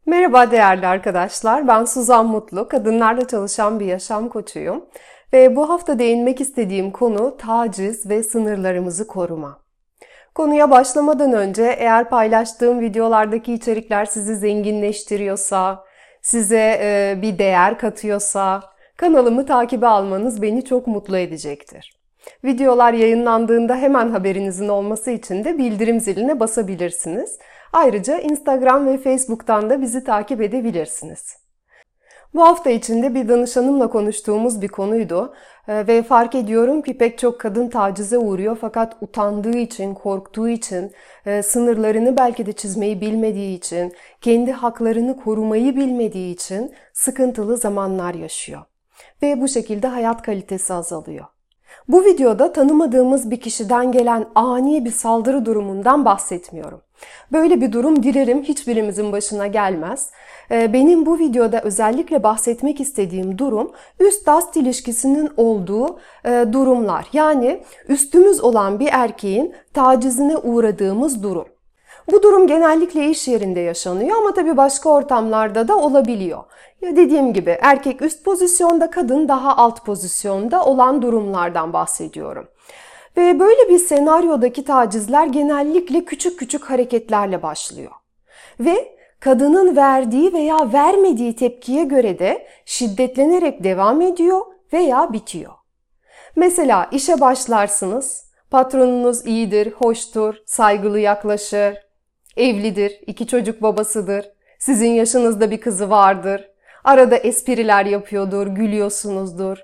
Merhaba değerli arkadaşlar, ben Suzan Mutlu, kadınlarla çalışan bir yaşam koçuyum ve bu hafta değinmek istediğim konu taciz ve sınırlarımızı koruma. Konuya başlamadan önce eğer paylaştığım videolardaki içerikler sizi zenginleştiriyorsa, size bir değer katıyorsa, kanalımı takibe almanız beni çok mutlu edecektir. Videolar yayınlandığında hemen haberinizin olması için de bildirim ziline basabilirsiniz. Ayrıca Instagram ve Facebook'tan da bizi takip edebilirsiniz. Bu hafta içinde bir danışanımla konuştuğumuz bir konuydu ve fark ediyorum ki pek çok kadın tacize uğruyor fakat utandığı için, korktuğu için, sınırlarını belki de çizmeyi bilmediği için, kendi haklarını korumayı bilmediği için sıkıntılı zamanlar yaşıyor. Ve bu şekilde hayat kalitesi azalıyor. Bu videoda tanımadığımız bir kişiden gelen ani bir saldırı durumundan bahsetmiyorum. Böyle bir durum dilerim hiçbirimizin başına gelmez. Benim bu videoda özellikle bahsetmek istediğim durum üst-ast ilişkisinin olduğu durumlar. Yani üstümüz olan bir erkeğin tacizine uğradığımız durum. Bu durum genellikle iş yerinde yaşanıyor ama tabii başka ortamlarda da olabiliyor. Ya dediğim gibi erkek üst pozisyonda, kadın daha alt pozisyonda olan durumlardan bahsediyorum. Ve böyle bir senaryodaki tacizler genellikle küçük küçük hareketlerle başlıyor. Ve kadının verdiği veya vermediği tepkiye göre de şiddetlenerek devam ediyor veya bitiyor. Mesela işe başlarsınız, patronunuz iyidir, hoştur, saygılı yaklaşır, evlidir, 2 çocuk babasıdır, sizin yaşınızda bir kızı vardır, arada espriler yapıyordur, gülüyorsunuzdur.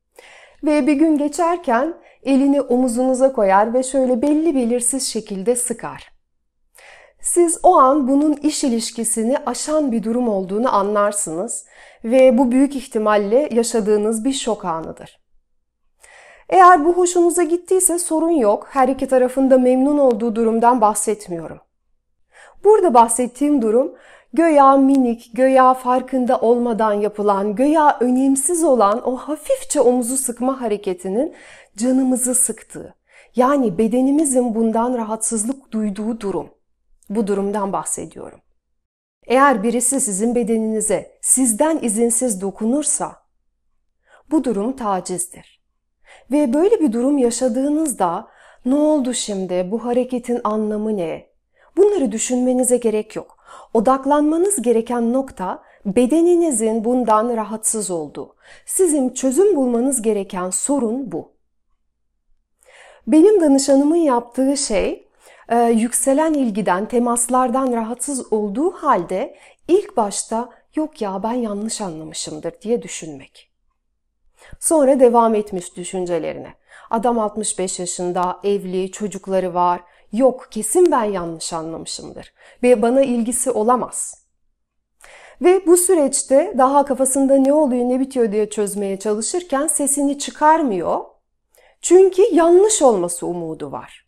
Ve bir gün geçerken elini omuzunuza koyar ve şöyle belli belirsiz şekilde sıkar. Siz o an bunun iş ilişkisini aşan bir durum olduğunu anlarsınız ve bu büyük ihtimalle yaşadığınız bir şok anıdır. Eğer bu hoşunuza gittiyse sorun yok, her iki tarafın da memnun olduğu durumdan bahsetmiyorum. Burada bahsettiğim durum göya minik, göya farkında olmadan yapılan, göya önemsiz olan o hafifçe omuzu sıkma hareketinin canımızı sıktığı, yani bedenimizin bundan rahatsızlık duyduğu durum. Bu durumdan bahsediyorum. Eğer birisi sizin bedeninize sizden izinsiz dokunursa, bu durum tacizdir. Ve böyle bir durum yaşadığınızda ne oldu şimdi, bu hareketin anlamı ne? Bunları düşünmenize gerek yok. Odaklanmanız gereken nokta bedeninizin bundan rahatsız olduğu. Sizin çözüm bulmanız gereken sorun bu. Benim danışanımın yaptığı şey yükselen ilgiden, temaslardan rahatsız olduğu halde ilk başta yok ya ben yanlış anlamışımdır diye düşünmek. Sonra devam etmiş düşüncelerine. Adam 65 yaşında, evli, çocukları var. Yok, kesin ben yanlış anlamışımdır ve bana ilgisi olamaz. Ve bu süreçte daha kafasında ne oluyor, ne bitiyor diye çözmeye çalışırken sesini çıkarmıyor. Çünkü yanlış olması umudu var.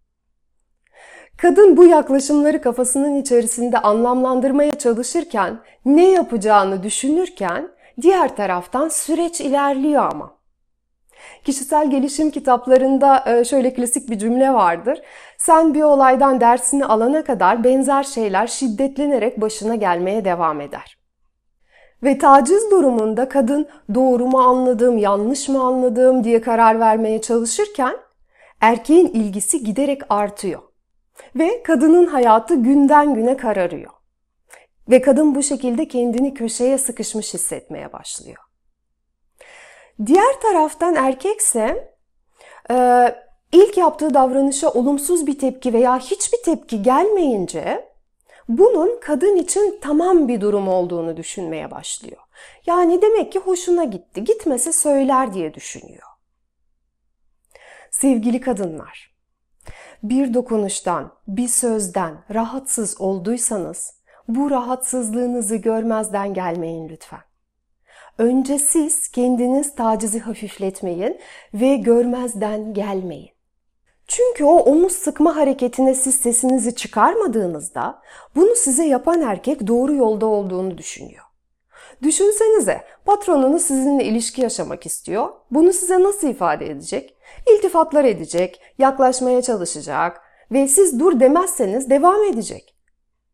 Kadın bu yaklaşımları kafasının içerisinde anlamlandırmaya çalışırken, ne yapacağını düşünürken diğer taraftan süreç ilerliyor ama. Kişisel gelişim kitaplarında şöyle klasik bir cümle vardır. Sen bir olaydan dersini alana kadar benzer şeyler şiddetlenerek başına gelmeye devam eder. Ve taciz durumunda kadın doğru mu anladım, yanlış mı anladım diye karar vermeye çalışırken erkeğin ilgisi giderek artıyor. Ve kadının hayatı günden güne kararıyor. Ve kadın bu şekilde kendini köşeye sıkışmış hissetmeye başlıyor. Diğer taraftan erkekse ilk yaptığı davranışa olumsuz bir tepki veya hiçbir tepki gelmeyince bunun kadın için tamam bir durum olduğunu düşünmeye başlıyor. Yani demek ki hoşuna gitti, gitmese söyler diye düşünüyor. Sevgili kadınlar, bir dokunuştan, bir sözden rahatsız olduysanız bu rahatsızlığınızı görmezden gelmeyin lütfen. Önce siz kendiniz tacizi hafifletmeyin ve görmezden gelmeyin. Çünkü o omuz sıkma hareketine siz sesinizi çıkarmadığınızda bunu size yapan erkek doğru yolda olduğunu düşünüyor. Düşünsenize, patronunuz sizinle ilişki yaşamak istiyor. Bunu size nasıl ifade edecek? İltifatlar edecek, yaklaşmaya çalışacak ve siz dur demezseniz devam edecek.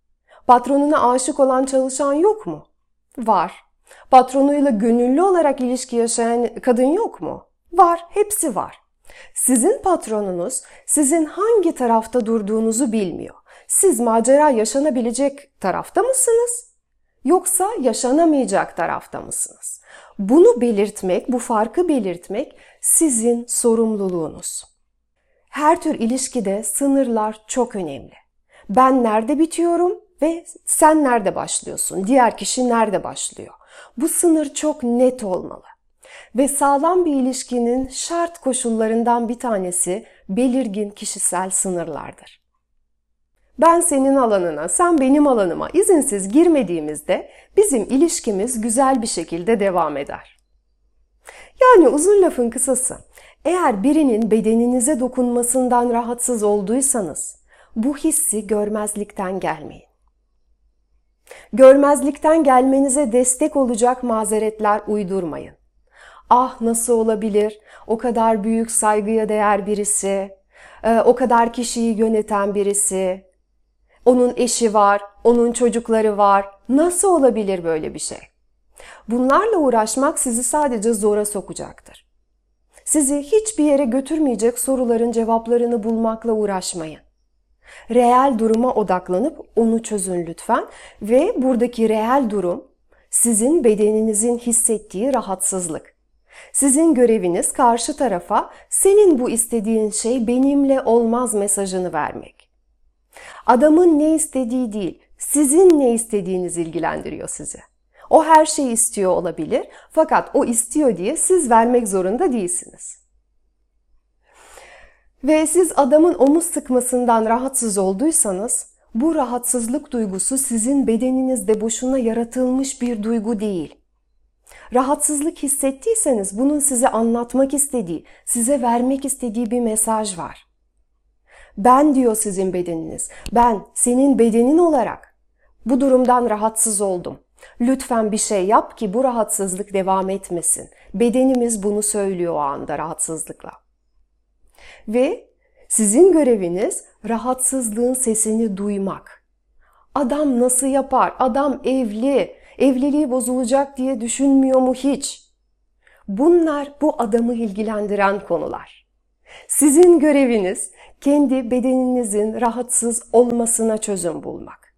Patronuna aşık olan çalışan yok mu? Var. Patronuyla gönüllü olarak ilişki yaşayan kadın yok mu? Var, hepsi var. Sizin patronunuz sizin hangi tarafta durduğunuzu bilmiyor. Siz macera yaşanabilecek tarafta mısınız? Yoksa yaşanamayacak tarafta mısınız? Bunu belirtmek, bu farkı belirtmek sizin sorumluluğunuz. Her tür ilişkide sınırlar çok önemli. Ben nerede bitiyorum ve sen nerede başlıyorsun? Diğer kişi nerede başlıyor? Bu sınır çok net olmalı. Ve sağlam bir ilişkinin şart koşullarından bir tanesi belirgin kişisel sınırlardır. Ben senin alanına, sen benim alanıma izinsiz girmediğimizde bizim ilişkimiz güzel bir şekilde devam eder. Yani uzun lafın kısası, eğer birinin bedeninize dokunmasından rahatsız olduysanız, bu hissi görmezlikten gelmeyin. Görmezlikten gelmenize destek olacak mazeretler uydurmayın. Ah nasıl olabilir, o kadar büyük saygıya değer birisi, o kadar kişiyi yöneten birisi, onun eşi var, onun çocukları var, nasıl olabilir böyle bir şey? Bunlarla uğraşmak sizi sadece zora sokacaktır. Sizi hiçbir yere götürmeyecek soruların cevaplarını bulmakla uğraşmayın. Reel duruma odaklanıp onu çözün lütfen ve buradaki reel durum sizin bedeninizin hissettiği rahatsızlık. Sizin göreviniz karşı tarafa senin bu istediğin şey benimle olmaz mesajını vermek. Adamın ne istediği değil, sizin ne istediğiniz ilgilendiriyor sizi. O her şeyi istiyor olabilir fakat o istiyor diye siz vermek zorunda değilsiniz. Ve siz adamın omuz sıkmasından rahatsız olduysanız, bu rahatsızlık duygusu sizin bedeninizde boşuna yaratılmış bir duygu değil. Rahatsızlık hissettiyseniz bunun size anlatmak istediği, size vermek istediği bir mesaj var. Ben diyor sizin bedeniniz, ben senin bedenin olarak bu durumdan rahatsız oldum. Lütfen bir şey yap ki bu rahatsızlık devam etmesin. Bedenimiz bunu söylüyor o anda rahatsızlıkla. Ve sizin göreviniz rahatsızlığın sesini duymak. Adam nasıl yapar? Adam evli. Evliliği bozulacak diye düşünmüyor mu hiç? Bunlar bu adamı ilgilendiren konular. Sizin göreviniz kendi bedeninizin rahatsız olmasına çözüm bulmak.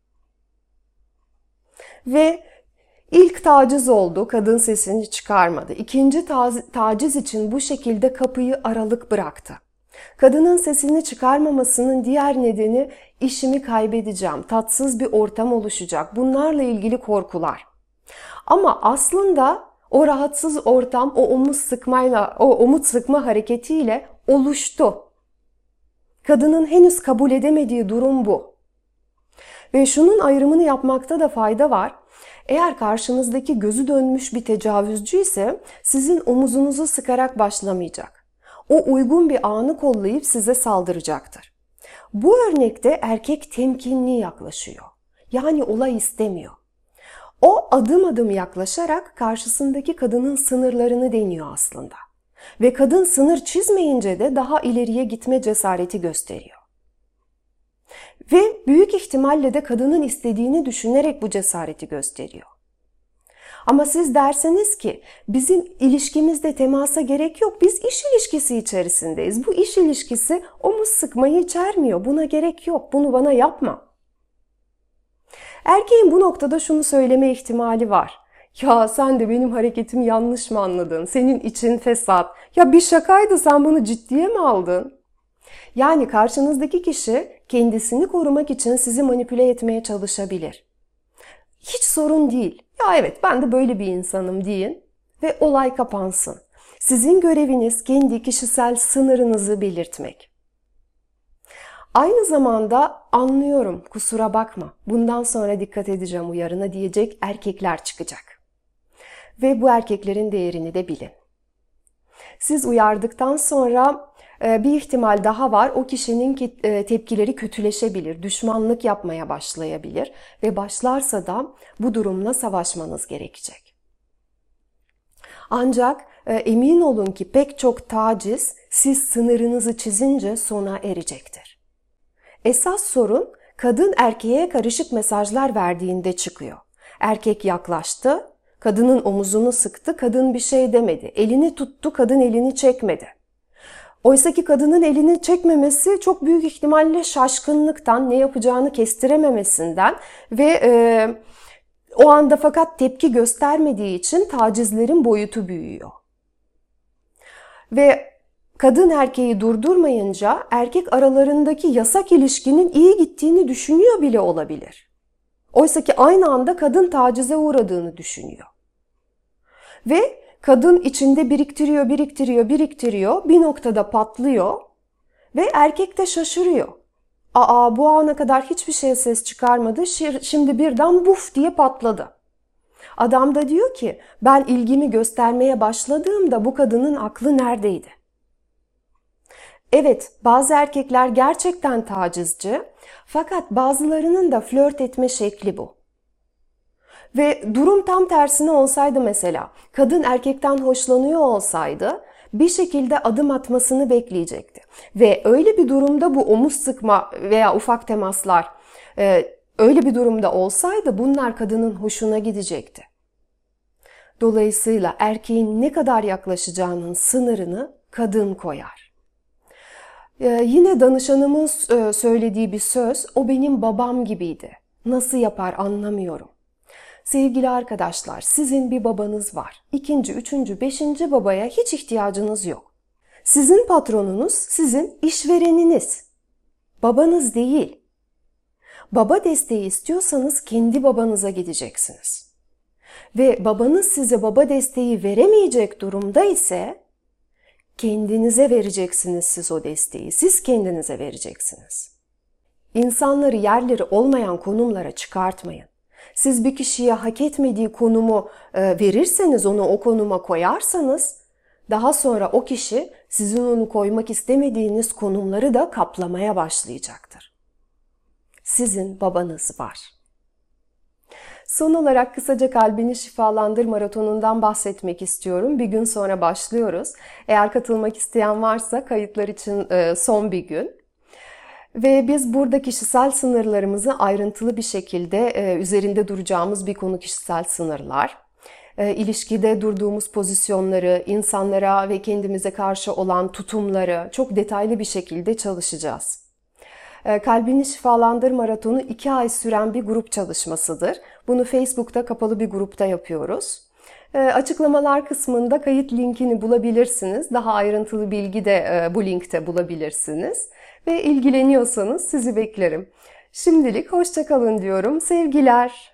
Ve ilk taciz oldu, kadın sesini çıkarmadı. İkinci taciz için bu şekilde kapıyı aralık bıraktı. Kadının sesini çıkarmamasının diğer nedeni işimi kaybedeceğim, tatsız bir ortam oluşacak. Bunlarla ilgili korkular. Ama aslında o rahatsız ortam o omuz sıkma hareketiyle oluştu. Kadının henüz kabul edemediği durum bu. Ve şunun ayrımını yapmakta da fayda var. Eğer karşınızdaki gözü dönmüş bir tecavüzcü ise sizin omuzunuzu sıkarak başlamayacak. O uygun bir anı kollayıp size saldıracaktır. Bu örnekte erkek temkinli yaklaşıyor. Yani olay istemiyor. O adım adım yaklaşarak karşısındaki kadının sınırlarını deniyor aslında. Ve kadın sınır çizmeyince de daha ileriye gitme cesareti gösteriyor. Ve büyük ihtimalle de kadının istediğini düşünerek bu cesareti gösteriyor. Ama siz derseniz ki bizim ilişkimizde temasa gerek yok, biz iş ilişkisi içerisindeyiz. Bu iş ilişkisi omuz sıkmayı içermiyor, buna gerek yok, bunu bana yapma. Erkeğin bu noktada şunu söyleme ihtimali var. Ya sen de benim hareketimi yanlış mı anladın? Senin için fesat. Ya bir şakaydı, sen bunu ciddiye mi aldın? Yani karşınızdaki kişi kendisini korumak için sizi manipüle etmeye çalışabilir. Hiç sorun değil. Ya evet ben de böyle bir insanım deyin ve olay kapansın. Sizin göreviniz kendi kişisel sınırınızı belirtmek. Aynı zamanda anlıyorum, kusura bakma, bundan sonra dikkat edeceğim uyarına diyecek erkekler çıkacak. Ve bu erkeklerin değerini de bilin. Siz uyardıktan sonra bir ihtimal daha var, o kişinin tepkileri kötüleşebilir, düşmanlık yapmaya başlayabilir ve başlarsa da bu durumla savaşmanız gerekecek. Ancak emin olun ki pek çok taciz siz sınırınızı çizince sona erecektir. Esas sorun kadın erkeğe karışık mesajlar verdiğinde çıkıyor. Erkek yaklaştı, kadının omuzunu sıktı, kadın bir şey demedi. Elini tuttu, kadın elini çekmedi. Oysaki kadının elini çekmemesi çok büyük ihtimalle şaşkınlıktan, ne yapacağını kestirememesinden ve o anda fakat tepki göstermediği için tacizlerin boyutu büyüyor. Ve kadın erkeği durdurmayınca erkek aralarındaki yasak ilişkinin iyi gittiğini düşünüyor bile olabilir. Oysaki aynı anda kadın tacize uğradığını düşünüyor. Ve kadın içinde biriktiriyor, bir noktada patlıyor ve erkek de şaşırıyor. Bu ana kadar hiçbir şeye ses çıkarmadı, şimdi birden buf diye patladı. Adam da diyor ki, ben ilgimi göstermeye başladığımda bu kadının aklı neredeydi? Evet, bazı erkekler gerçekten tacizci, fakat bazılarının da flört etme şekli bu. Ve durum tam tersine olsaydı mesela, kadın erkekten hoşlanıyor olsaydı bir şekilde adım atmasını bekleyecekti. Ve öyle bir durumda bu omuz sıkma veya ufak temaslar öyle bir durumda olsaydı bunlar kadının hoşuna gidecekti. Dolayısıyla erkeğin ne kadar yaklaşacağının sınırını kadın koyar. Yine danışanımın söylediği bir söz, o benim babam gibiydi. Nasıl yapar anlamıyorum. Sevgili arkadaşlar, sizin bir babanız var. 2., 3., 5. babaya hiç ihtiyacınız yok. Sizin patronunuz, sizin işvereniniz. Babanız değil. Baba desteği istiyorsanız kendi babanıza gideceksiniz. Ve babanız size baba desteği veremeyecek durumda ise kendinize vereceksiniz siz o desteği. Siz kendinize vereceksiniz. İnsanları yerleri olmayan konumlara çıkartmayın. Siz bir kişiye hak etmediği konumu verirseniz, onu o konuma koyarsanız, daha sonra o kişi sizin onu koymak istemediğiniz konumları da kaplamaya başlayacaktır. Sizin babanız var. Son olarak kısaca Kalbini Şifalandır maratonundan bahsetmek istiyorum. Bir gün sonra başlıyoruz. Eğer katılmak isteyen varsa kayıtlar için son bir gün. Ve biz burada kişisel sınırlarımızı ayrıntılı bir şekilde üzerinde duracağımız bir konu kişisel sınırlar. İlişkide durduğumuz pozisyonları, insanlara ve kendimize karşı olan tutumları çok detaylı bir şekilde çalışacağız. Kalbini Şifalandır Maratonu 2 ay süren bir grup çalışmasıdır. Bunu Facebook'ta kapalı bir grupta yapıyoruz. Açıklamalar kısmında kayıt linkini bulabilirsiniz. Daha ayrıntılı bilgi de bu linkte bulabilirsiniz. Ve ilgileniyorsanız sizi beklerim. Şimdilik hoşça kalın diyorum. Sevgiler.